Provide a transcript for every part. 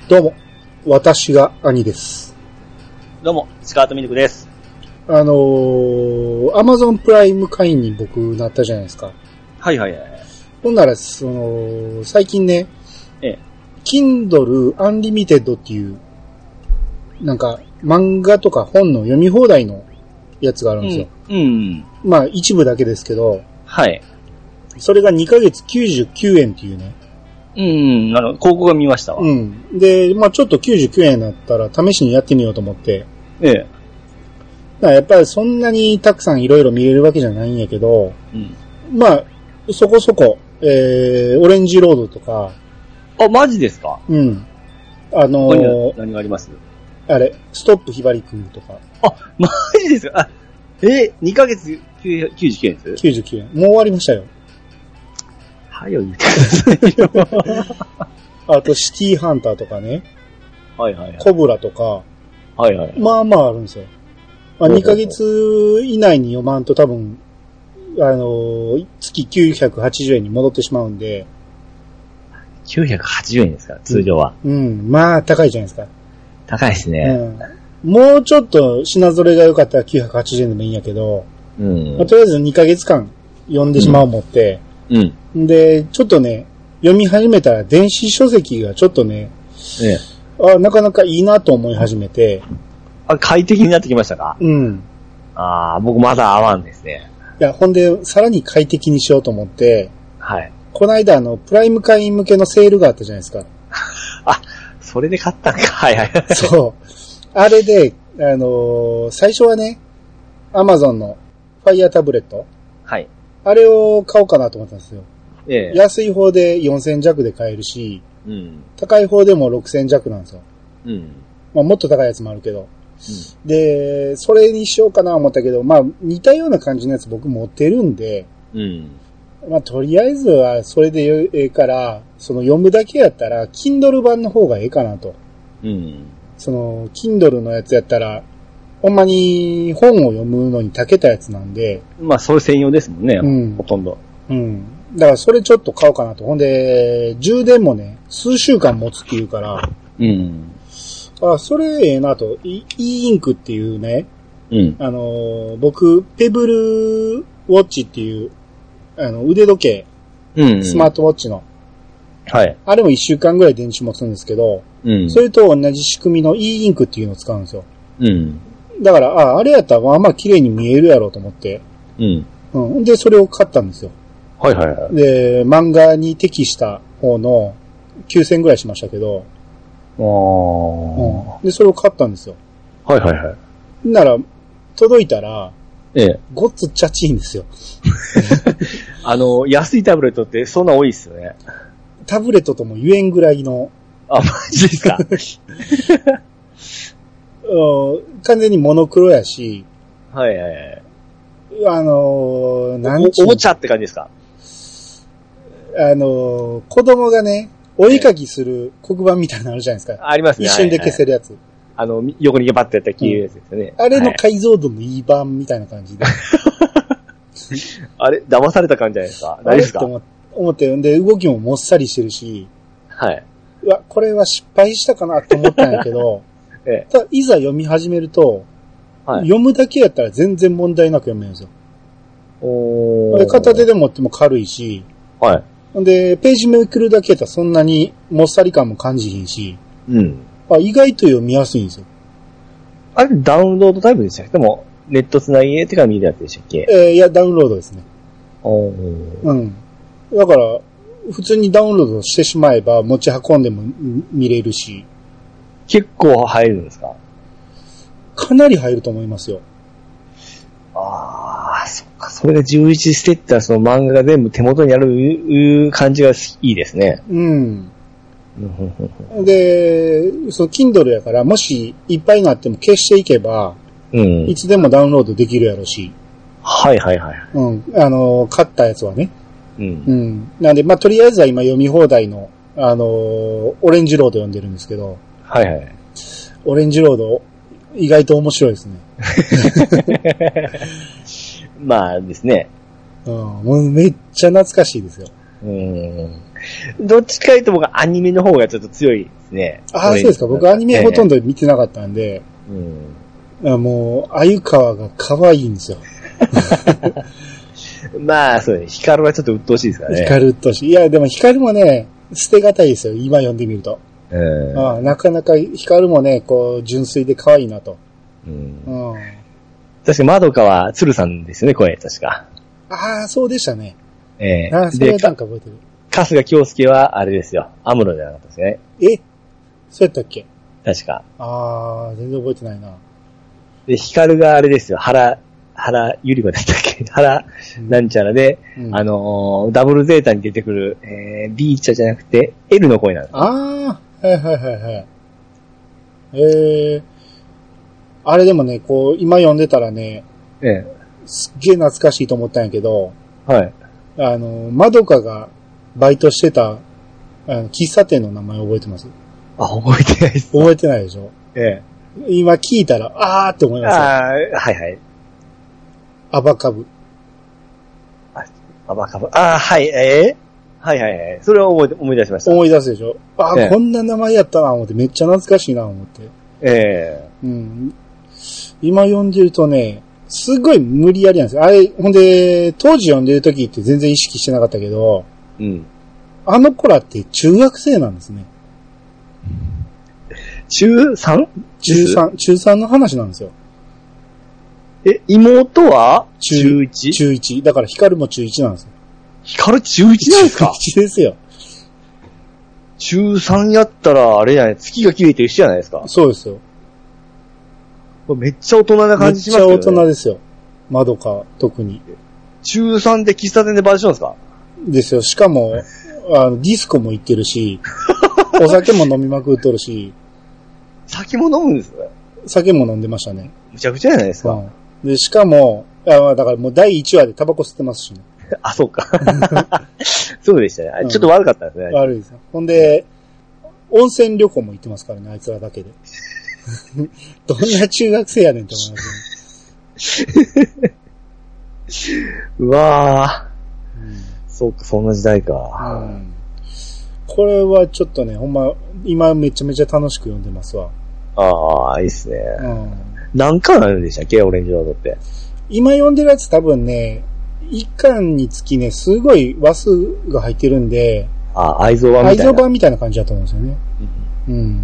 どうも、私が兄です。 どうも、スカートミルクです。 Amazon プライム会員に僕なったじゃないですか。 はいはいはい。 ほんなら、最近ね、Kindle Unlimited っていう、なんか、漫画とか本の読み放題のやつがあるんですよ。 うん。 まあ、一部だけですけど、 はい。 それが2ヶ月99円っていうね。 広告が見ましたわ。 で、まあちょっと99円だったら試しにやってみようと思って。 だからやっぱりそんなにたくさんいろいろ見れるわけじゃないんやけど、まあ、そこそこ、オレンジロードとか。 あ、マジですか？ 何があります？ あれ、ストップひばりくんとか。 あ、マジですか？2ヶ月99円です？ 99円。もう終わりましたよ。 はよ言ってくださいよ。 あと、シティハンターとかね。 はいはいはい。 コブラとか。 はいはい。 まあまああるんですよ。まあ、2ヶ月以内に読まんと多分、月980円に戻ってしまうんで。 980円ですか、通常は。 まあ高いじゃないですか。 高いですね。 もうちょっと品揃えが良かったら980円でもいいんやけど、まあ、とりあえず2ヶ月間読んでしまう思って、で、ちょっとね、読み始めたら電子書籍がちょっとね、なかなかいいなと思い始めて。 快適になってきましたか？僕まだ合わんですね。 いや、ほんで、さらに快適にしようと思って、 はい。 この間プライム会員向けのセールがあったじゃないですか。 それで買ったんか。はいはい。 そう。あれで、最初はね、Amazon の Fire タブレット。はい。あれを買おうかなと思ったんですよ。安い方で4000弱で買えるし、高い方でも6000弱なんですよ。まあもっと高いやつもあるけど。で、それにしようかなと思ったけど、まあ似たような感じのやつ僕持ってるんで、まあとりあえずはそれでええから、読むだけやったら、Kindle 版の方がええかなと。Kindle のやつやったら、ほんまに本を読むのに長けたやつなんで。 まあ、それ専用ですもんね。ほとんど。 だからそれちょっと買おうかなと。ほんで、充電もね、数週間持つっていうから。それええなと。E インクっていうね。僕、ペブルウォッチっていう、腕時計。スマートウォッチの。はい。あれも1週間ぐらい電池持つんですけど。それと同じ仕組みの E インクっていうのを使うんですよ。だから、あれやったらまあまあ綺麗に見えるやろうと思って。で、それを買ったんですよ。はいはいはい。で、漫画に適した方の9000円ぐらいしましたけど。で、それを買ったんですよ。はいはいはい。なら、届いたら、ごっつチャチいんですよ。 安いタブレットってそんな多いっすよね。 タブレットとも言えんぐらいの。 マジですか？ 完全にモノクロやし。 はいはいはい。 おもちゃって感じですか？ 子供がね、お絵描きする黒板みたいなのあるじゃないですか。ありますね。一瞬で消せるやつ。 横にバッてやったら消えるやつですよね。 あれの解像度のいい版みたいな感じで。 あれ、騙された感じじゃないですか？大丈夫ですか？ 思ってるんで、動きももっさりしてるし。はい。これは失敗したかなと思ったんやけど、ただいざ読み始めると、読むだけやったら全然問題なく読めるんですよ。片手で持っても軽いし、で、ページめくるだけやったらそんなにもっさり感も感じひんし、意外と読みやすいんですよ。 あれ、ダウンロードタイプでしたっけ？でも、ネットつなぎてから見るやつでしたっけ？ いや、ダウンロードですね。だから、普通にダウンロードしてしまえば持ち運んでも見れるし。 結構入るんですか？ かなり入ると思いますよ。 そっか。それが11ステッターその漫画が全部手元にある感じがいいですね。 で、Kindle やから、もしいっぱいになっても消していけば、いつでもダウンロードできるやろし。はいはいはい。買ったやつはね。なんで、まあ、とりあえずは今読み放題の、オレンジロード読んでるんですけど。はいはい。オレンジロード、意外と面白いですね。 まあですね。 もうめっちゃ懐かしいですよ。 どっちかいうと僕はアニメの方がちょっと強いですね。 ああ、そうですか。僕アニメほとんど見てなかったんで、もう、鮎川が可愛いんですよ。 まあ、そうね。ヒカルはちょっと鬱陶しいですからね。 ヒカル鬱陶しい。いや、でもヒカルもね、捨てがたいですよ。今読んでみると。なかなかヒカルもね、こう、純粋で可愛いなと。 確かまどかは鶴さんですよね、声、確か。 ああ、そうでしたね。それなんか覚えてる。 春日京介は、あれですよ。アムロじゃなかったですね。 そうやったっけ？ 確か。 ああ、全然覚えてないな。 で、ヒカルがあれですよ。原ゆり子だったっけ？原なんちゃらで、ダブルゼータに出てくる、ビーチャじゃなくて、L の声なんです。 ああ、はい。あれでもね、こう、今読んでたらね、すっげえ懐かしいと思ったんやけど、 はい。 まどかがバイトしてた、喫茶店の名前覚えてます？ 覚えてないです。 覚えてないでしょ？今聞いたら、あーって思いますよ。 はい。 アバカブ。 アバカブ。はい。はい。それを思い出しました。 思い出すでしょ？こんな名前やったな思って、めっちゃ懐かしいな思って。今読んでるとね、すごい無理やりなんですよ。あれ、ほんで、当時読んでる時って全然意識してなかったけど、あの子らって中学生なんですね。 中 3？ 中3の話なんですよ。 妹は中 1？ 中1。だからヒカルも中1なんですよ。 ヒカル中1なんですか？ 中1ですよ。 中3やったら、あれじゃない、月が綺麗と一緒じゃないですか。 そうですよ。 めっちゃ大人な感じしますよね。 めっちゃ大人ですよ。まどか、特に。 中3で喫茶店でバイトしたんですか？ ですよ。しかも、ディスコも行ってるし、お酒も飲みまくっとるし。 酒も飲むんですね。 酒も飲んでましたね。 むちゃくちゃじゃないですか。 で、しかも、だからもう第1話でタバコ吸ってますしね。 そうか。そうでしたね。ちょっと悪かったですね。 悪いですよ。ほんで、温泉旅行も行ってますからね、あいつらだけで。どんな中学生やねんって思いますね。 うわぁ。そうか、そんな時代か。 これはちょっとね、ほんま、今めちゃめちゃ楽しく読んでますわ。 いいっすね。何巻あるんでしたっけ、オレンジロードって。 今読んでるやつ多分ね、1巻につきね、すごい話数が入ってるんで、 愛蔵版みたいな。 愛蔵版みたいな感じだと思うんですよね。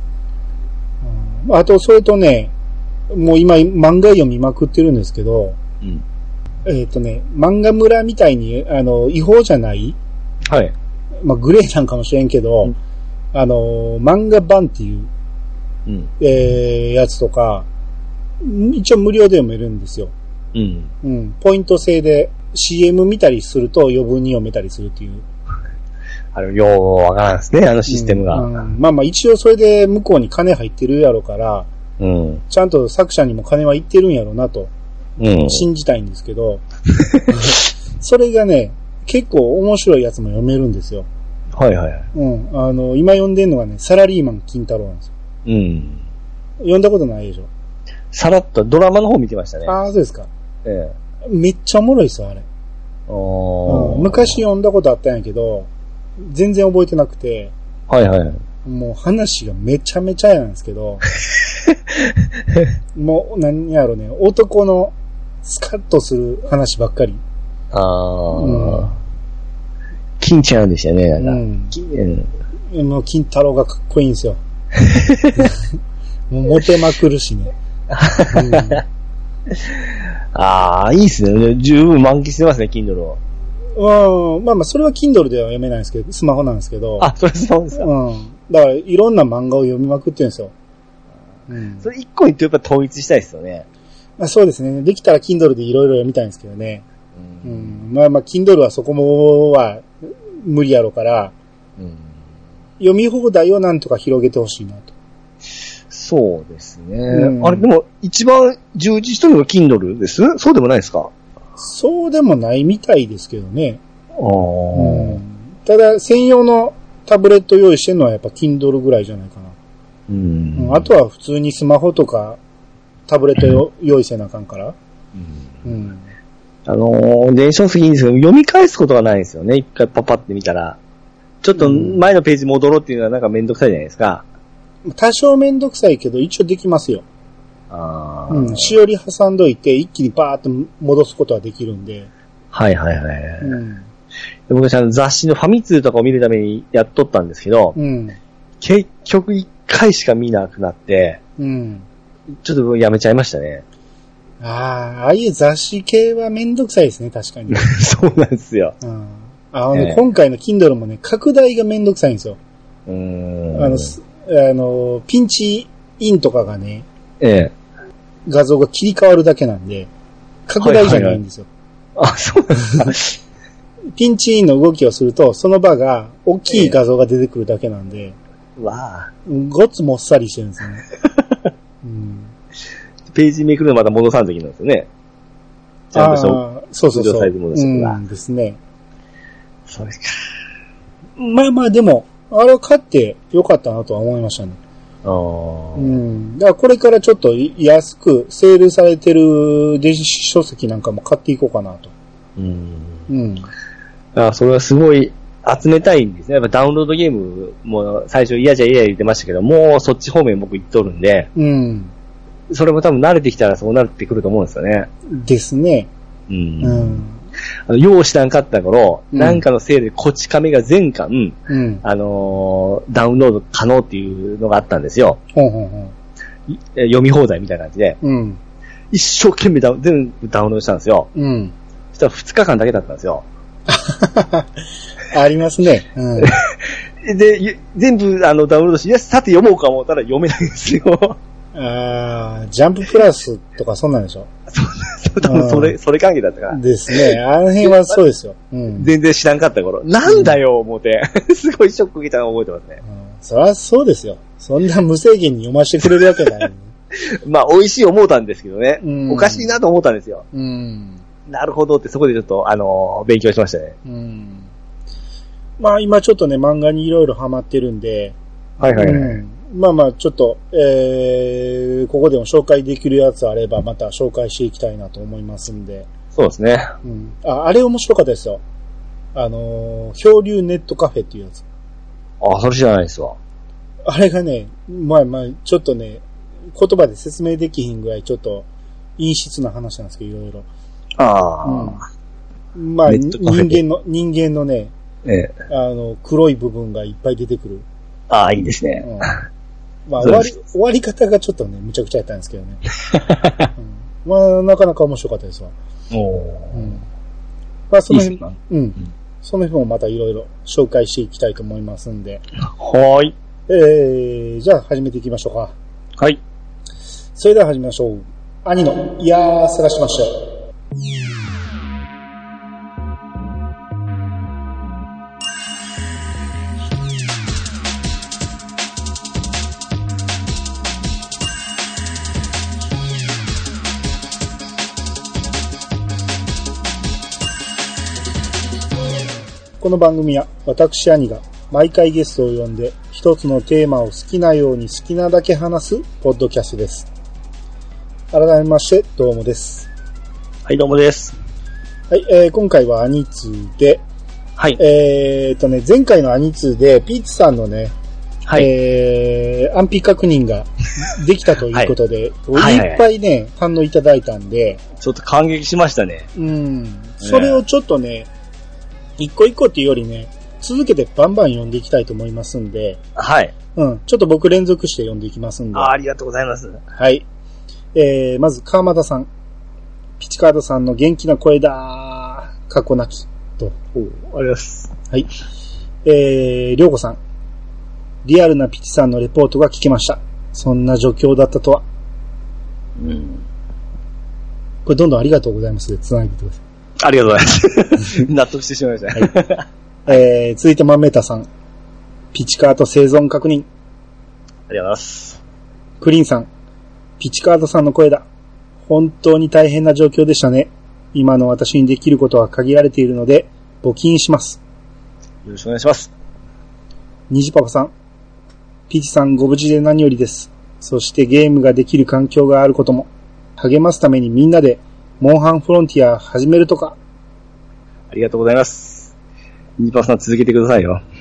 あと、それとね、もう今漫画読みまくってるんですけど、漫画村みたいに、違法じゃない？ はい。 グレーなんかもしれんけど、漫画版っていう、やつとか、一応無料で読めるんですよ。ポイント制で CM 見たりすると余分に読めたりするっていう。 ようわからんですね、あのシステムが。 一応それで向こうに金入ってるやろから、ちゃんと作者にも金はいってるんやろなと、信じたいんですけど、それがね、結構面白いやつも読めるんですよ。今読んでんのがね、サラリーマン金太郎なんですよ。読んだことないでしょ。 さらっとドラマの方見てましたね。 そうですか。めっちゃおもろいですよ、あれ。昔読んだことあったんやけど、全然覚えてなくて、もう話がめちゃめちゃなんですけど、もう何やろね、男のスカッとする話ばっかり。 金ちゃんでしたね、 もう金太郎がかっこいいんですよ。もうモテまくるしね。 いいっすね。十分満喫してますね、Kindle を。 それは Kindle では読めないんですけど、スマホなんですけど。 それスマホですか？ だから、いろんな漫画を読みまくってるんですよ。 それ一個にとやっぱ統一したいですよね。 そうですね。できたら Kindle でいろいろ読みたいんですけどね。Kindle はそこもは無理やろから、読み放題をなんとか広げてほしいなと。 そうですね。あれ、でも、一番充実してるのが Kindle です？そうでもないですか？ そうでもないみたいですけどね。ただ、専用のタブレット用意してるのはやっぱ Kindle ぐらいじゃないかな。あとは普通にスマホとかタブレット用意せなあかんから。 電子書籍いいんですけど、読み返すことがないんですよね。一回パパって見たら。 ちょっと前のページ戻ろうっていうのはなんかめんどくさいじゃないですか。 多少めんどくさいけど、一応できますよ。うん。しおり挟んどいて、一気にバーッと戻すことはできるんで。 はいはいはい。うん。僕雑誌のファミ通とかを見るためにやっとったんですけど、うん。結局一回しか見なくなって、うん。ちょっとやめちゃいましたね。 ああいう雑誌系はめんどくさいですね、確かに。 そうなんですよ。 うん。今回の Kindle もね、拡大がめんどくさいんですよ。ピンチインとかがね、画像が切り替わるだけなんで、拡大じゃないんですよ。 はいはいはい、あ、そうなんですか。 ピンチインの動きをすると、その場が大きい画像が出てくるだけなんで、 わごっつもっさりしてるんですよね。 うん、ページめくるのまた戻さんときなんですよね。ちゃんとそうそうそう。うんですね。そうですか。まあまあでも、あれを買ってよかったなとは思いましたね。うん。だからこれからちょっと安くセールされてる電子書籍なんかも買っていこうかなと。うん。 それはすごい集めたいんですね。やっぱダウンロードゲームも最初嫌じゃ嫌言ってましたけど、もうそっち方面僕行っとるんで。うん。それも多分慣れてきたらそうなってくると思うんですよね。 ですね。 うん。用意してなかった頃、なんかのセールでこち亀が全巻、ダウンロード可能っていうのがあったんですよ。読み放題みたいな感じで。一生懸命全部ダウンロードしたんですよ。そしたら2日間だけだったんですよ。 ありますね。 で、全部ダウンロードして、よし、さて読もうか思ったら読めないんですよ。 ジャンププラスとかそんなんでしょ。 多分それ関係だったから。 ですね。あの辺はそうですよ。 全然知らんかった頃。なんだよ、思って。すごいショック受けたのを覚えてますね。 そりゃそうですよ。そんな無制限に読ませてくれるわけない。 まあ、美味しい思ったんですけどね。おかしいなと思ったんですよ。なるほどってそこでちょっと、勉強しましたね。 まあ、今ちょっとね、漫画にいろいろハマってるんで。 はいはいはい。 まあまあ、ちょっと、ここでも紹介できるやつあれば、また紹介していきたいなと思いますんで。 そうですね。 あれ面白かったですよ。漂流ネットカフェっていうやつ。 それ知らないですわ。 あれがね、まあまあ、ちょっとね、言葉で説明できひんぐらい、ちょっと、陰湿な話なんですけど、いろいろ。まあ、人間のね、黒い部分がいっぱい出てくる。 いいですね。 まあ、終わり方がちょっとね、むちゃくちゃやったんですけどね。まあ、なかなか面白かったですわ。まあ、その辺、その辺もまたいろいろ紹介していきたいと思いますんで。 はい。 じゃあ始めていきましょうか。 はい。 それでは始めましょう。兄の、いやー、探しましょう。この番組は私兄が毎回ゲストを呼んで一つのテーマを好きなように好きなだけ話すポッドキャストです。改めましてどうもです。 はい、どうもです。 はい、今回はアニツーで、はい。前回のアニツーでピーチさんのね、はい、安否確認ができたということで、はい、いっぱいね、反応いただいたんで、 ちょっと感激しましたね。 それをちょっとね、一個一個っていうよりね、続けてバンバン読んでいきたいと思いますんで。 はい。 ちょっと僕連続して読んでいきますんで。 ありがとうございます。 はい。まず、川又さん。ピチカードさんの元気な声だー。過去なき。と。 ありがとうございます。 はい。りょうこさん。リアルなピチさんのレポートが聞けました。そんな状況だったとは。これどんどんありがとうございますで繋いでください。 ありがとうございます。納得してしまいました。 はい。続いてマンメータさん。ピチカート生存確認。 ありがとうございます。 クリーンさん。ピチカートさんの声だ。本当に大変な状況でしたね。今の私にできることは限られているので、募金します。 よろしくお願いします。 ニジパパさん。ピチさんご無事で何よりです。そしてゲームができる環境があることも、励ますためにみんなで、モンハンフロンティア始めるとか。 ありがとうございます。ニジパパさん続けてくださいよ。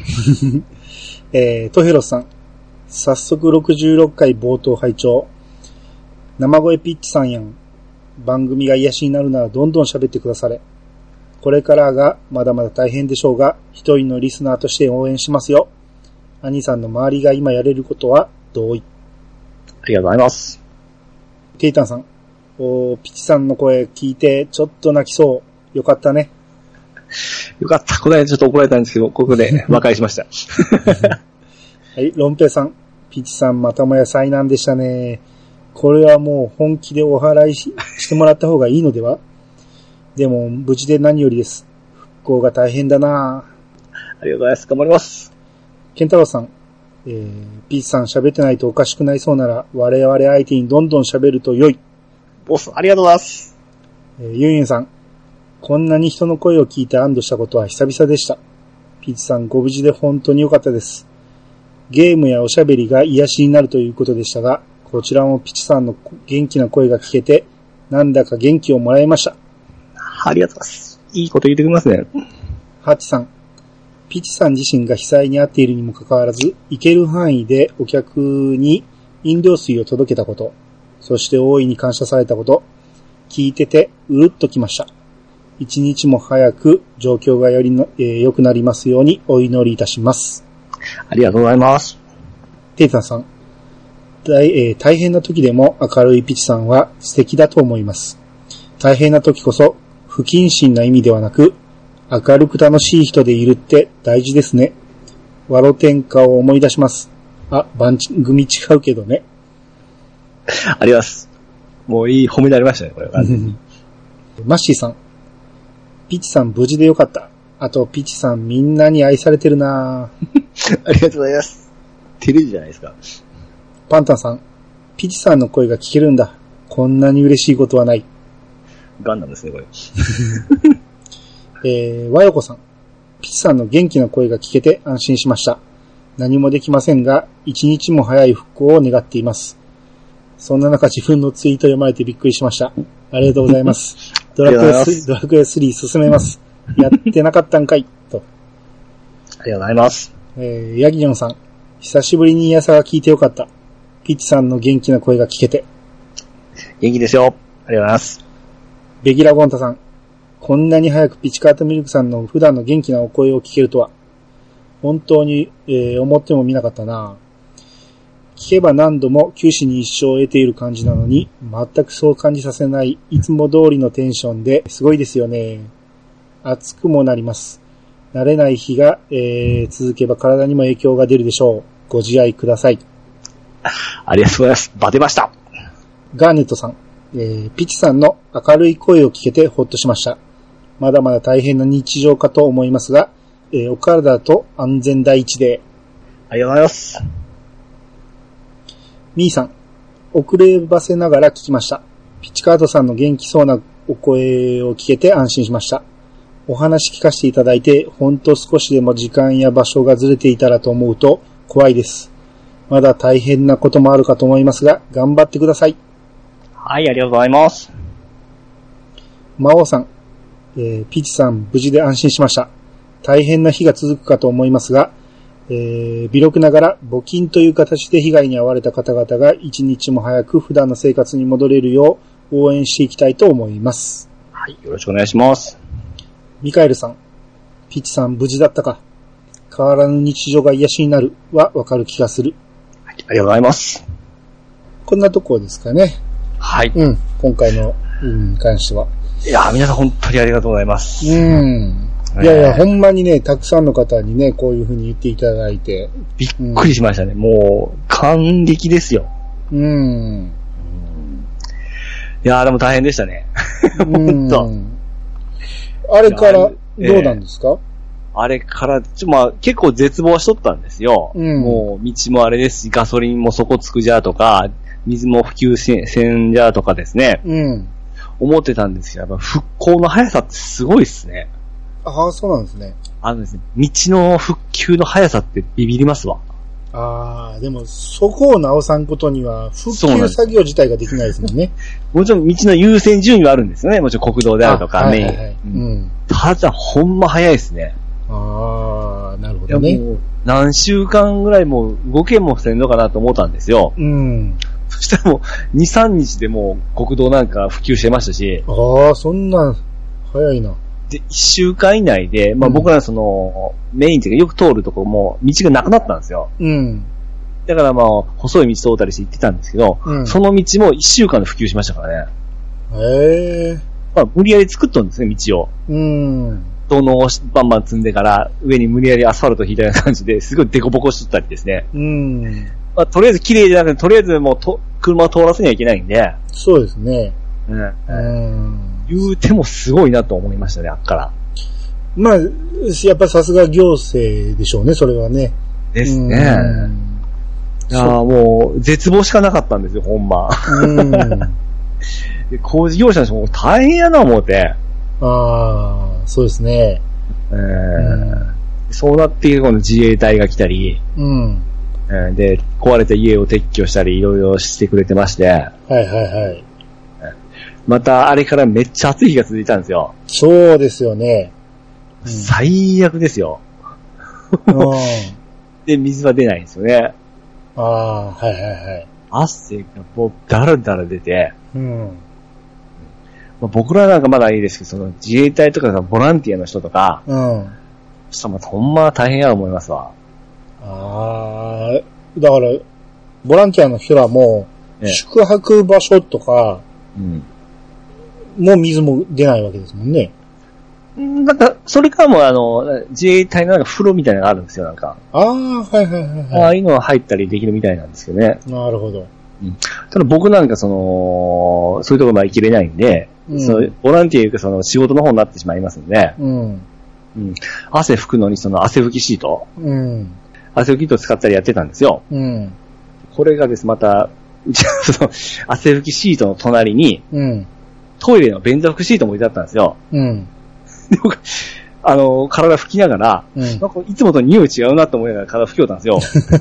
トヘロスさん。早速66回冒頭拝聴。生声ピッチさんやん。番組が癒しになるならどんどん喋ってくだされ。これからがまだまだ大変でしょうが、一人のリスナーとして応援しますよ。兄さんの周りが今やれることは同意。 ありがとうございます。 ケイタンさん。ピチさんの声聞いてちょっと泣きそう。よかったね。 よかった。この間ちょっと怒られたんですけど、ここで和解しました。 はい、ロンペイさん。ピチさんまたもや災難でしたね。これはもう本気でお祓いしてもらった方がいいのでは？でも無事で何よりです。復興が大変だな。 ありがとうございます。頑張ります。 ケンタロウさん。ピチさん喋ってないとおかしくなりそうなら我々相手にどんどん喋ると良い。 ボス、ありがとうございます。 ユンユンさん。こんなに人の声を聞いて安堵したことは久々でした。ピチさんご無事で本当に良かったです。ゲームやおしゃべりが癒しになるということでしたが、こちらもピチさんの元気な声が聞けて、なんだか元気をもらいました。 ありがとうございます。いいこと言ってくれますね。 ハチさん。ピチさん自身が被災に遭っているにもかかわらず、行ける範囲でお客に飲料水を届けたこと、そして大いに感謝されたこと、聞いててうるっときました。一日も早く状況がより良くなりますようにお祈りいたします。 ありがとうございます。 テイタンさん。大変な時でも明るいピチさんは素敵だと思います。大変な時こそ不謹慎な意味ではなく、明るく楽しい人でいるって大事ですね。ワロ天下を思い出します。番組違うけどね。 あります。もういい褒めになりましたね、これは。 マッシーさん。ピチさん無事でよかった。あと、ピチさんみんなに愛されてるなありがとうございます。テレビじゃないですか。 パンタンさん。ピチさんの声が聞けるんだ。こんなに嬉しいことはない。 ガンダムですね、これ。和ヨコさん。ピチさんの元気な声が聞けて安心しました。何もできませんが、一日も早い復興を願っています。そんな中自分のツイート読まれてびっくりしました。ありがとうございます。ドラクエ3進めます。やってなかったんかいと。 ありがとうございます。 ヤギジョンさん。久しぶりにイヤサが聞いてよかった。ピッチさんの元気な声が聞けて。 元気ですよ。ありがとうございます。 ベギラゴンタさん。こんなに早くピチカートミルクさんの普段の元気なお声を聞けるとは。本当に、思ってもみなかったな。聞けば何度も九死に一生を得ている感じなのに、全くそう感じさせないいつも通りのテンションですごいですよね。熱くもなります。慣れない日が、続けば体にも影響が出るでしょう。ご自愛ください。 ありがとうございます。バテました。 ガーネットさん、ピチさんの明るい声を聞けてほっとしました。まだまだ大変な日常かと思いますが、お体と安全第一で。 ありがとうございます。 ミーさん、遅ればせながら聞きました。ピチカートさんの元気そうなお声を聞けて安心しました。お話聞かせていただいて、ほんと少しでも時間や場所がずれていたらと思うと怖いです。まだ大変なこともあるかと思いますが、頑張ってください。 はい、ありがとうございます。 魔王さん、ピチさん無事で安心しました。大変な日が続くかと思いますが、微力ながら募金という形で被害に遭われた方々が一日も早く普段の生活に戻れるよう応援していきたいと思います。 はい、よろしくお願いします。 ミカエルさん、ピチさん無事だったか。変わらぬ日常が癒しになるはわかる気がする。 はい、ありがとうございます。こんなところですかね。 はい。 今回の、関しては。 いや、皆さん本当にありがとうございます。 いや、ほんまにね、たくさんの方にね、こういう風に言っていただいて。 びっくりしましたね。もう、感激ですよ。いやでも大変でしたね。本当。 あれから、どうなんですか？ あれから、結構絶望しとったんですよ。もう、道もあれですし、ガソリンも底つくじゃとか、水も普及せんじゃとかですね。思ってたんですけど、やっぱ復興の速さってすごいっすね。 ああ、そうなんですね。 ですね、道の復旧の速さってビビりますわ。 ああ、でもそこを直さんことには復旧作業自体ができないですもんね。 もちろん道の優先順位はあるんですよね。もちろん国道であるとかメイン。ただほんま速いですね。 ああ、なるほほどね。いやもう何週間ぐらいもう動けもせんのかなと思ったんですよ。うん。そしたらもう2、3日でもう国道なんか普及してましたし。 ああ、そんな、早いな。 で、1週間以内で、まあ僕らメインっていうかよく通るとこも道がなくなったんですよ。うん。だからまあ、細い道通ったりして行ってたんですけど、うん、その道も1週間で普及しましたからね。へえ。まあ無理やり作っとるんですね、道を。うん。土のをバンバン積んでから、上に無理やりアスファルト引いたような感じで、すごいデコボコしとったりですね。うん。まあとりあえず綺麗じゃなくて、とりあえずもう車を通らせにはいけないんで。 そうですね。 うん。言うてもすごいなと思いましたね、あっから。 まあ、やっぱさすが行政でしょうね、それはね。 ですね。いやもう、絶望しかなかったんですよ、ほんま。で工事業者の人も大変やな思って。 ああ、そうですね。 そうなってこの自衛隊が来たり、うん。で、壊れた家を撤去したり、いろいろしてくれてまして。はいはいはい。また、あれからめっちゃ暑い日が続いたんですよ。 そうですよね。 うん、最悪ですよ。で、水は出ないんですよね。 ああ、はいはいはい。 汗がもうだらだら出て、うん。まあ、僕らなんかまだいいですけど、その自衛隊とかボランティアの人とか、うん。そしたらほんま大変やと思いますわ。 ああ、だから、ボランティアの人らも、宿泊場所とか、うん。もう水も出ないわけですもんね。 なんか、それからも自衛隊のなんか風呂みたいなのがあるんですよ、なんか。 ああ、はいはいはい、はい。 ああいうのは入ったりできるみたいなんですけどね。 なるほど。 うん。ただ僕なんかそういうところまで行きれないんで、うん、ボランティアいうか仕事の方になってしまいますんで、うん。うん。汗拭くのに汗拭きシート。うん。汗拭きシートを使ったりやってたんですよ。うん。これがです、また、汗拭きシートの隣に、うん。トイレの便座拭きシートも置いてあったんですよ。うん。で僕、体拭きながら、うん、なんかいつもと匂い違うなと思いながら体拭きよったんですよ。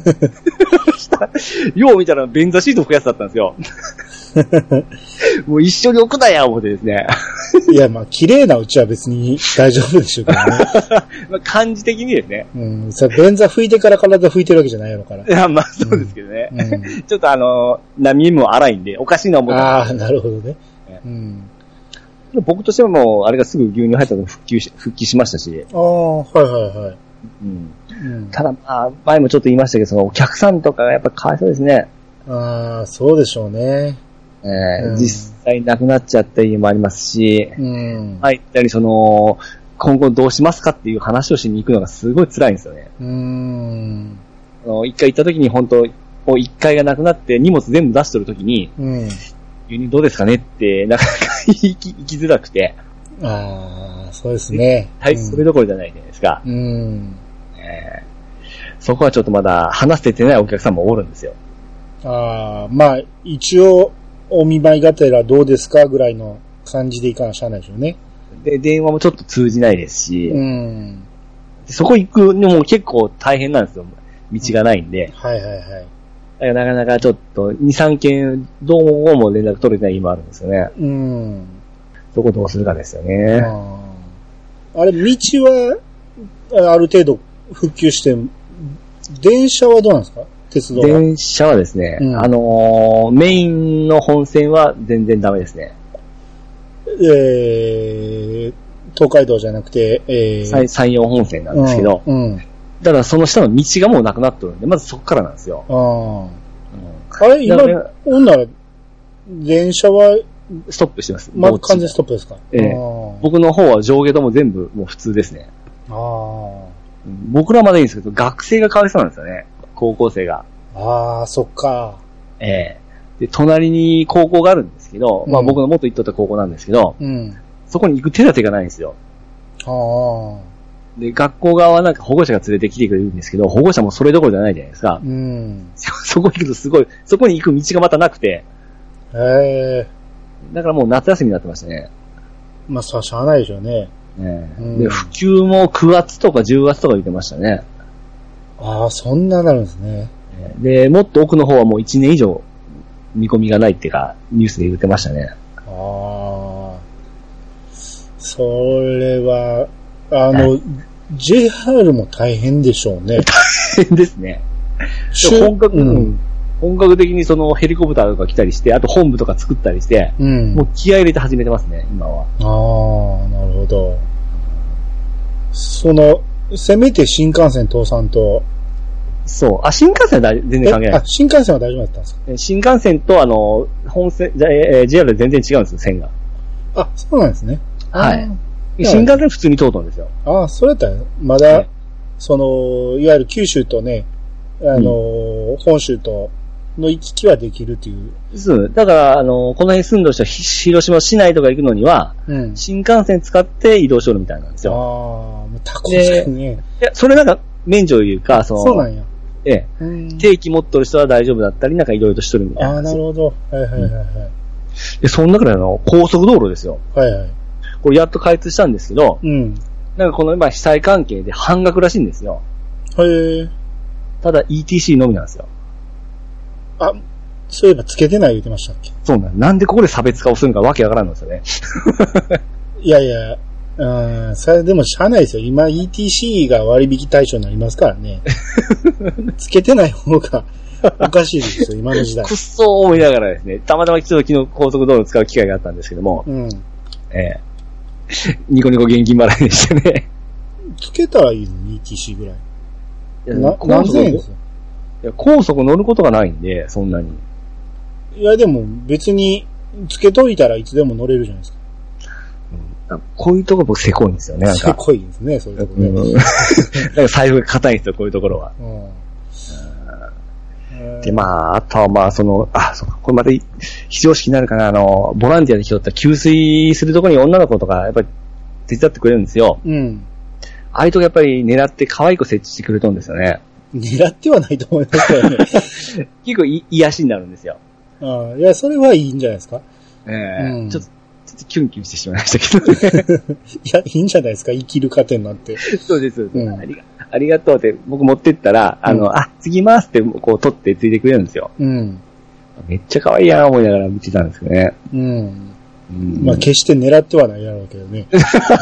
よう見たら便座シート拭くやつだったんですよ。もう一緒に置くなや思ってですね。 いや、まあ、綺麗なうちは別に大丈夫でしょうけどね。 まあ感じ的にですね。 うん。便座拭いてから体拭いてるわけじゃないのから。 いや、まあそうですけどね。うん、ちょっと波も荒いんで、おかしいな思って。 ああ、なるほどね。うん。 僕としてはもう、あれがすぐ牛乳入ったの復帰しましたし。 ああ、はいはいはい。 うん。うん、ただ、前もちょっと言いましたけど、お客さんとかがやっぱかわいそうですね。 ああ、そうでしょうね。 実際亡くなっちゃった家もありますし、うん。はい、やはり今後どうしますかっていう話をしに行くのがすごい辛いんですよね。一回行った時に本当、一階がなくなって荷物全部出しとる時に、うん。輸入どうですかねって、なかなか行きづらくて。 ああ、そうですね。 はい、それどころじゃないじゃないですか。うん。そこはちょっとまだ話せてないお客さんもおるんですよ。 ああ、まあ、一応、お見舞いがてらどうですかぐらいの感じでいかなしゃあないでしょうね。 で、電話もちょっと通じないですし、うん。そこ行くのも結構大変なんですよ。道がないんで。はいはいはい。だからなかなかちょっと2、3件どうも連絡取れてない今あるんですよね。うん。そこどうするかですよね。 あれ、道は、ある程度復旧して、電車はどうなんですか？鉄道は。 電車はですね、うん、メインの本線は全然ダメですね。 東海道じゃなくて、 山陽本線なんですけど、うんうん、だからその下の道がもうなくなってるんで、まずそこからなんですよ。 あれ、今、ほんなら、電車は、 ストップしてます。 完全ストップですか？ 僕の方は上下とも全部もう普通ですね。僕らまだいいんですけど、学生がかわいそうなんですよね。高校生が。 ああ、そっか。 で、隣に高校があるんですけど、まあ僕の元行っとった高校なんですけど、そこに行く手立てがないんですよ。で、学校側はなんか保護者が連れてきてくれるんですけど、保護者もそれどころじゃないじゃないですか。そこに行くとすごい、そこに行く道がまたなくて。だからもう夏休みになってましたね。 まあ、しゃあないでしょうね。 で、普及も9月とか10月とか言ってましたね。 ああ、そんななるんですね。 で、もっと奥の方はもう1年以上見込みがないっていうか、ニュースで言ってましたね。ああ。 それは、 JR も大変でしょうね。 大変ですね。本格的にそのヘリコプターとか来たりして、あと本部とか作ったりして、もう気合い入れて始めてますね、今は。 ああ、なるほど。せめて新幹線倒産と。 そう。新幹線は全然関係ない。 新幹線は大丈夫だったんですか？ 新幹線と本線、JR で全然違うんですよ、線が。 そうなんですね。 はい。新幹線普通に通ったんですよ。 それだったら、まだ、いわゆる九州とね、本州との行き来はできるっていう。 そう。だから、この辺住んでる人は広島市内とか行くのには、新幹線使って移動しよるみたいなんですよ。 もうタコですね。 いや、それなんか、免除いうか、 そうなんや。 定期持っとる人は大丈夫だったり、なんかいろいろとしとるみたいな。 なるほど。はいはいはいはい。 で、その中で高速道路ですよ。 はいはい。 これやっと開通したんですけど、なんかこの今被災関係で半額らしいんですよ。ただ ETC のみなんですよ。 そういえばつけてない言ってましたっけ？ そうなんでここで差別化をするのかわけわからんのですよね。 いやいや、それでもしゃあないですよ。今 ETC が割引対象になりますからね。つけてない方がおかしいですよ、今の時代。 くっそー思いながらですね、たまたまちょっと昨日高速道路を使う機会があったんですけども、ニコニコ現金払いでしたね。 つけたらいいのに ETC ぐらい。 何千円ですよ。いや、高速乗ることがないんで、そんなに。 いや、でも別に、つけといたらいつでも乗れるじゃないですか。 こういうとこ僕せこいんですよね、なんか。 せこいですね、そういうとこね。 なんか財布が硬いんですよ、こういうところは。で、あとはそうか、これまた非常識になるかな、ボランティアで来とった給水するところに女の子とか、やっぱり手伝ってくれるんですよ。ああいうとこやっぱり狙って可愛い子設置してくれとるんですよね。 狙ってはないと思いますけどね。 結構癒しになるんですよ。 いや、それはいいんじゃないですか。 ちょっとキュンキュンしてしまいましたけどね。 いや、いいんじゃないですか、生きる糧になって。 そうです。ありがとうって僕持ってったら、次回すってこう取ってついてくれるんですよ。めっちゃ可愛いやん思いながら見てたんですけどね。 決して狙ってはないやろうけどね。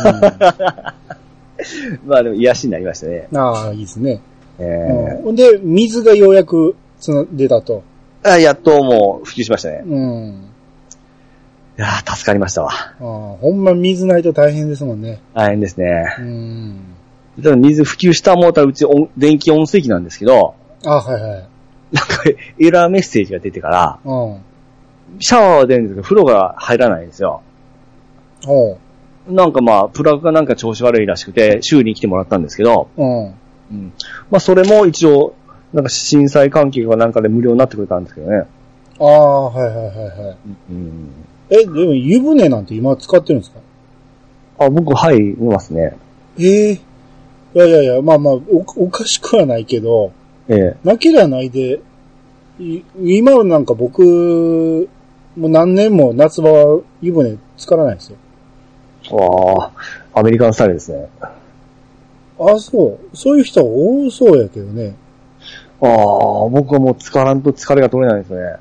でも癒しになりましたね。 いいですね。で、水がようやく出たと。 やっともう普及しましたね。いやー、助かりましたわ。 ほんま水ないと大変ですもんね。 大変ですね。ただ水普及した思ったらうち電気温水器なんですけど。 はいはい。 なんかエラーメッセージが出てから、シャワーは出るんですけど、風呂が入らないんですよ。なんかプラグがなんか調子悪いらしくて、修理に来てもらったんですけど、それも一応、なんか震災関係がなんかで無料になってくれたんですけどね。 はいはいはいはい。でも湯船なんて今使ってるんですか？ 僕入りますね。 いや、おかしくはないけど、なけりゃないで、今はなんか僕、もう何年も夏場は湯船浸からないですよ。 アメリカンスタイルですね。 そう。そういう人は多そうやけどね。 僕はもう浸からんと疲れが取れないですね。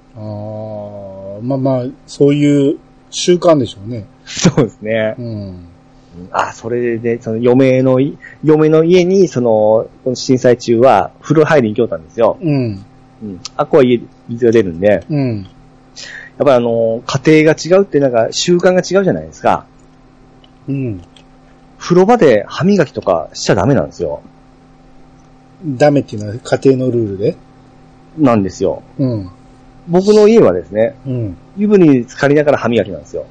そういう習慣でしょうね。 そうですね。それで、その嫁の家に、この震災中は風呂入りに行きよったんですよ。ここは水が出るんで。やっぱり家庭が違うってなんか習慣が違うじゃないですか。風呂場で歯磨きとかしちゃダメなんですよ。 ダメっていうのは家庭のルールで？ なんですよ。僕の家はですね、湯船に浸かりながら歯磨きなんですよ。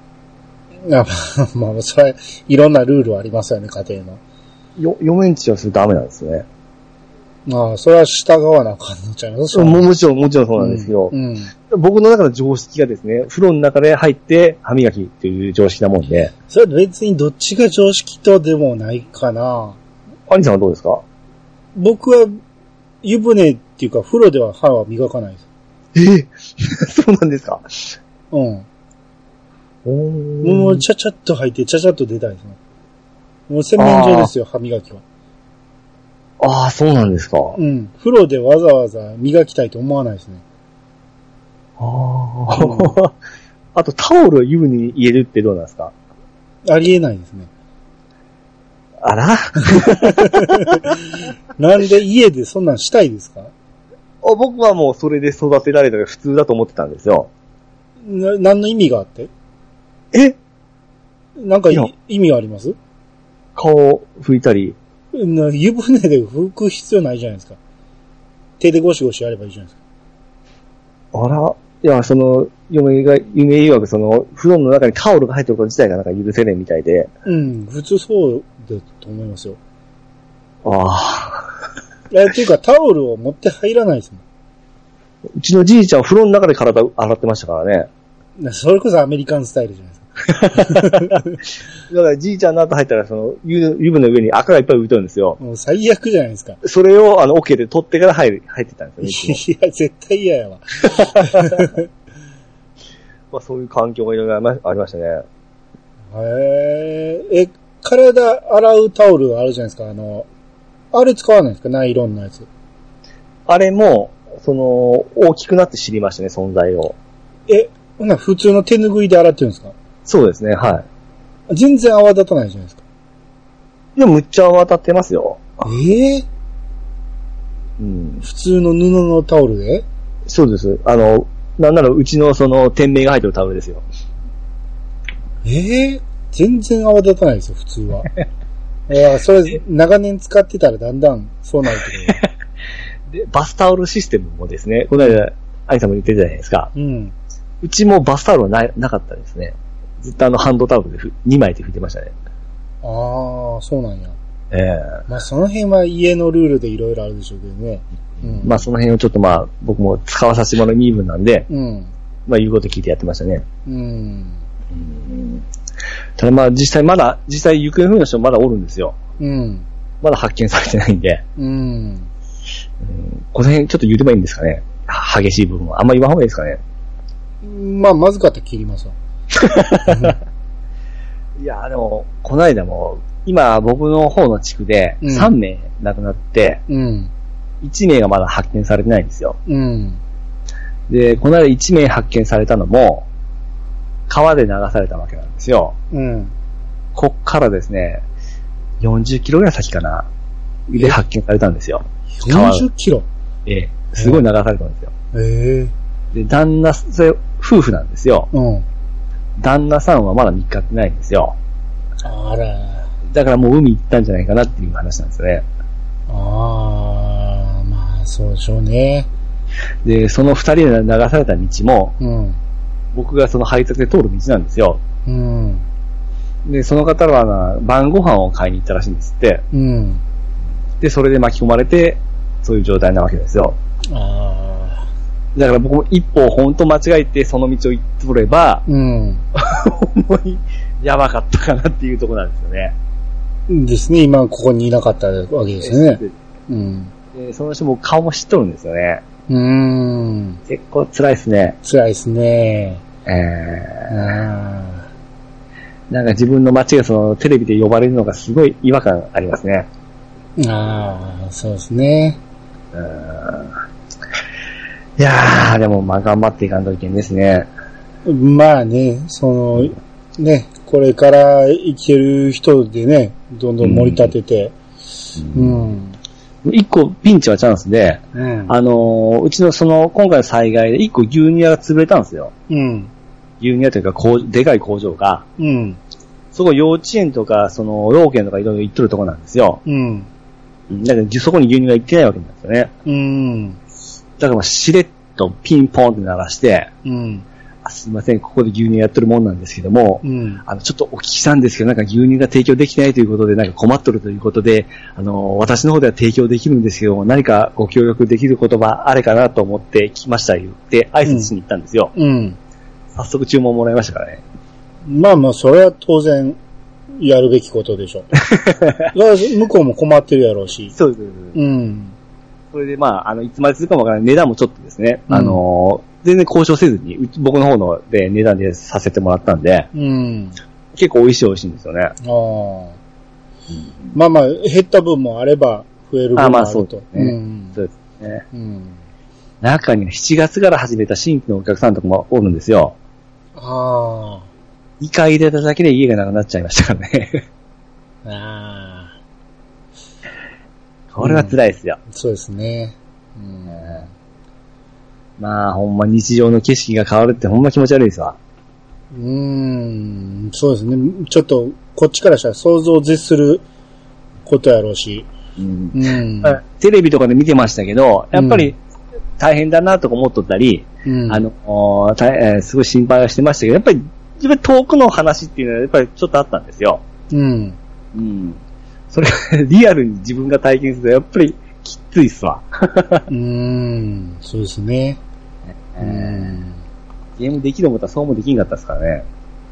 それ、いろんなルールはありますよね、家庭の。 嫁んちはそれダメなんですよね。 それは従わなあかんのちゃいます？ もちろんそうなんですよ。僕の中の常識がですね、風呂の中で入って歯磨きっていう常識なもんで。 それ別にどっちが常識とでもないかな。 兄さんはどうですか？僕は湯船っていうか風呂では歯は磨かないです。 そうなんですか？ もうちゃちゃっと入ってちゃちゃっと出たいですね。もう洗面所ですよ、歯磨きは。 そうなんですか。 風呂でわざわざ磨きたいと思わないですね。 あとタオルを湯船に入れるってどうなんですか？ ありえないですね。 あらなんで家でそんなんしたいですか？ 僕はもうそれで育てられたら普通だと思ってたんですよ。 何の意味があって？なんか意味があります？ 顔拭いたり。 湯船で拭く必要ないじゃないですか。手でゴシゴシやればいいじゃないですか。あら、いや、嫁曰く風呂の中にタオルが入ってること自体がなんか許せねえみたいで。 うん、普通そうだと思いますよ。 ああ。 っていうかタオルを持って入らないですもん。 うちのじいちゃん風呂の中で体洗ってましたからね。それこそアメリカンスタイルじゃないですか。 だからじいちゃんの後入ったら湯船の上に赤がいっぱい浮いてるんですよ。 もう最悪じゃないですか。 それを桶で取ってから入ってたんですよね。 いや、絶対嫌やわ。 まあそういう環境がいろいろありましたね。 体洗うタオルあるじゃないですか。あれ使わないですか？ナイロンのやつ。 あれも、大きくなって知りましたね、存在を。 普通の手拭いで洗ってるんですか？ そうですね、はい。 全然泡立たないじゃないですか。 いや、むっちゃ泡立ってますよ。 うん。普通の布のタオルで？ そうです。なんならうちの店名が入ってるタオルですよ。 全然泡立たないですよ、普通は。いや、それ、長年使ってたらだんだんそうなるけど。で、バスタオルシステムもですね、この間、アイさんも言ってたじゃないですか。うん。うちもバスタオルはなかったですね。ずっとハンドタオルで2枚で拭いてましたね。 ああ、そうなんや。まあその辺は家のルールでいろいろあるでしょうけどね。 うん。まあその辺をちょっと僕も使わさせてもらう身分なんで、うん。まあ言うこと聞いてやってましたね。うん。ただ実際行方不明の人まだおるんですよ。うん。まだ発見されてないんで。うん。この辺ちょっと言うてもいいんですかね。激しい部分は。あんま言わん方がいいですかね。 まずかったら切りますわ。 いや、でも、この間も、今僕の方の地区で3名亡くなって、うん。1名がまだ発見されてないんですよ。うん。で、この間1名発見されたのも、川で流されたわけなんですよ。うん。こっからですね、40キロぐらい先かな。で発見されたんですよ。 40キロ？ すごい流されたんですよ。で、それ、夫婦なんですよ。うん。旦那さんはまだ見つかってないんですよ。 あら。 だからもう海行ったんじゃないかなっていう話なんですよね。 ああ、まあそうでしょうね。 で、その2人で流された道も、うん、僕が配達で通る道なんですよ。うん。で、その方は晩ご飯を買いに行ったらしいんですって。うん。で、それで巻き込まれて、そういう状態なわけですよ。ああ。だから僕も一歩本当間違えてその道を行っておれば、うん。ほんまにやばかったかなっていうところなんですよね。 ですね。今ここにいなかったわけですよね。 うん。で、その人も顔も知っとるんですよね。結構辛いですね。 辛いですね。 なんか自分の街がテレビで呼ばれるのがすごい違和感ありますね。 ああ、そうですね。 いやー、でも頑張っていかんといけんですね。 まあね、ね、これから生きてる人でね、どんどん盛り立てて、 一個ピンチはチャンスで、うちの今回の災害で一個牛乳屋が潰れたんですよ。うん。牛乳屋というかでかい工場が。うん。そこ幼稚園とか、老犬とかいろいろ行っとるとこなんですよ。うん。だからそこに牛乳が行ってないわけなんですよね。うん。だからしれっとピンポンって鳴らして、うん。すいません、ここで牛乳やってるもんなんですけども、うん、ちょっとお聞きしたんですけど、なんか牛乳が提供できないということで、なんか困っとるということで、私の方では提供できるんですけども、何かご協力できる言葉あれかなと思って来ました言って挨拶しに行ったんですよ。うん。早速注文もらいましたからね。 まあまあ、それは当然、やるべきことでしょ。向こうも困ってるやろうし。 そうです。うん。それでいつまでするかもわからない値段もちょっとですね、全然交渉せずに、僕の方で値段でさせてもらったんで、うん、結構美味しいんですよね。 まあまあ、減った分もあれば、増える分もあると。 そうですね。そうですね。中には7月から始めた新規のお客さんとかもおるんですよ。2回入れただけで家がなくなっちゃいましたからね。 これは辛いですよ。 そうですね。 まあ、ほんま日常の景色が変わるってほんま気持ち悪いですわ。 そうですね。ちょっと、こっちからしたら想像を絶することやろうし。 テレビとかで見てましたけど、やっぱり大変だなとか思っとったり、すごい心配はしてましたけど、やっぱり遠くの話っていうのはやっぱりちょっとあったんですよ。それリアルに自分が体験するとやっぱりきついっすわ。 そうですね。 ゲームできる思ったらそうもできんかったですからね。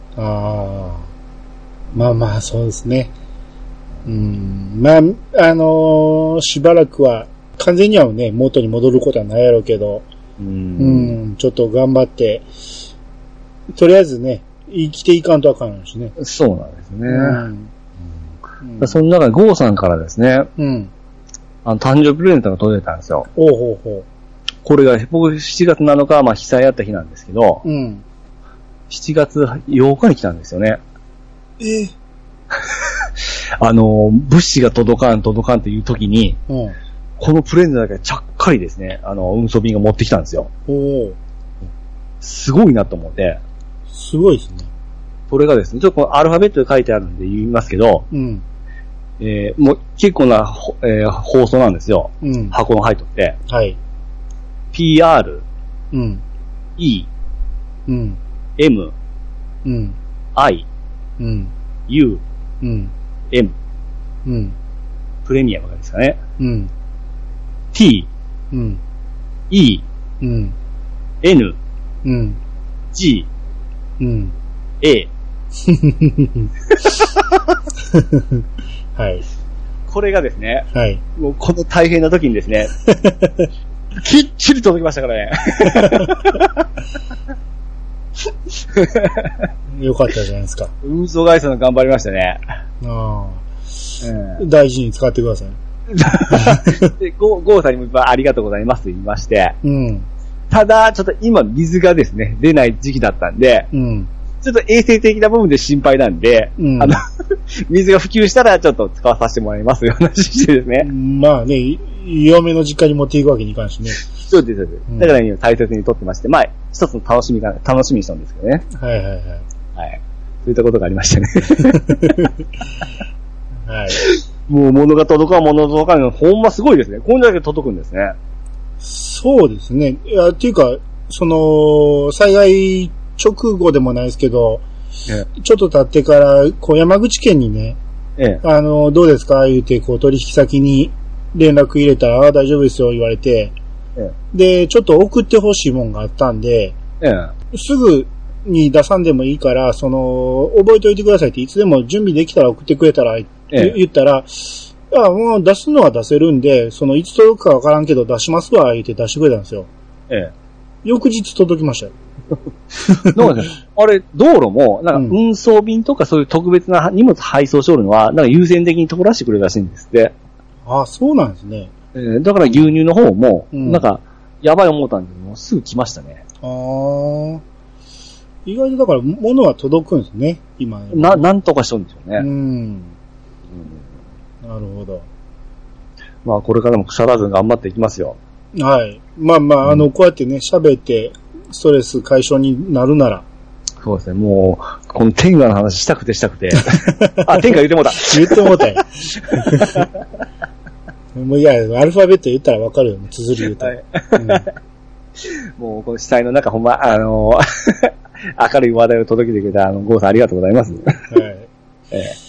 まあまあそうですね。まあ、しばらくは、完全にはね、元に戻ることはないやろうけど、ちょっと頑張って、とりあえずね、生きていかんとあかんしね。 そうなんですね。その中でゴーさんからですね、誕生日プレゼントが届いたんですよ。これが、僕7月7日はまあ被災あった日なんですけど、7月8日に来たんですよね。物資が届かんっていう時に、このプレゼントだけちゃっかりですね、運送便が持ってきたんですよ。すごいなと思って。 すごいですね。 それがですね、ちょっとアルファベットで書いてあるんで言いますけど、もう結構な、放送なんですよ。箱の入っとって。PR、E、M、I、U、M、プレミアムがですかね。T、E、N、G、A。これがですね、もうこの大変な時にですね、きっちり届きましたからね。 よかったじゃないですか。 運送会社の頑張りましたね。 大事に使ってください。 でゴーさんにもありがとうございますと言いまして、ただ、ちょっと今水がですね、出ない時期だったんで、ちょっと衛生的な部分で心配なんで、水が普及したらちょっと使わさせてもらいますような話してですね。 まあね、嫁の実家に持っていくわけにいかんしね。 そうです。だから今大切に取ってまして、まあ、一つの楽しみにしたんですけどね。そういったことがありましたね。もう物が届かんのほんますごいですね。こんだけ届くんですね。 そうですね。いや、っていうか、災害直後でもないですけど、ちょっと経ってから、山口県にね、どうですか言うて、取引先に連絡入れたら、大丈夫ですよ、言われて、で、ちょっと送ってほしいもんがあったんで、すぐに出さんでもいいから、覚えておいてくださいって、いつでも準備できたら送ってくれたら、言ったら、もう出すのは出せるんで、いつ届くかわからんけど出しますわ、言って出してくれたんですよ。翌日届きましたよ。 なんかね、あれ、道路も、なんか運送便とかそういう特別な荷物配送しおるのは、なんか優先的に通らせてくれるらしいんですって。 そうなんですね。 だから牛乳の方も、なんか、やばい思ったんで、もうすぐ来ましたね。 意外とだから、物は届くんですね、今。 なんとかしとるんですよね。 なるほど。 まあ、これからも腐らず頑張っていきますよ。 まあまあ、こうやってね、喋って、ストレス解消になるなら。 そうですね、もう、この天下の話したくて。天下言ってもうた。 言ってもうたよ。もういや、アルファベット言ったらわかるよね、綴り言うたら。 もう、この死体の中、ほんま、明るい話題を届けてくれた、ゴーさんありがとうございます。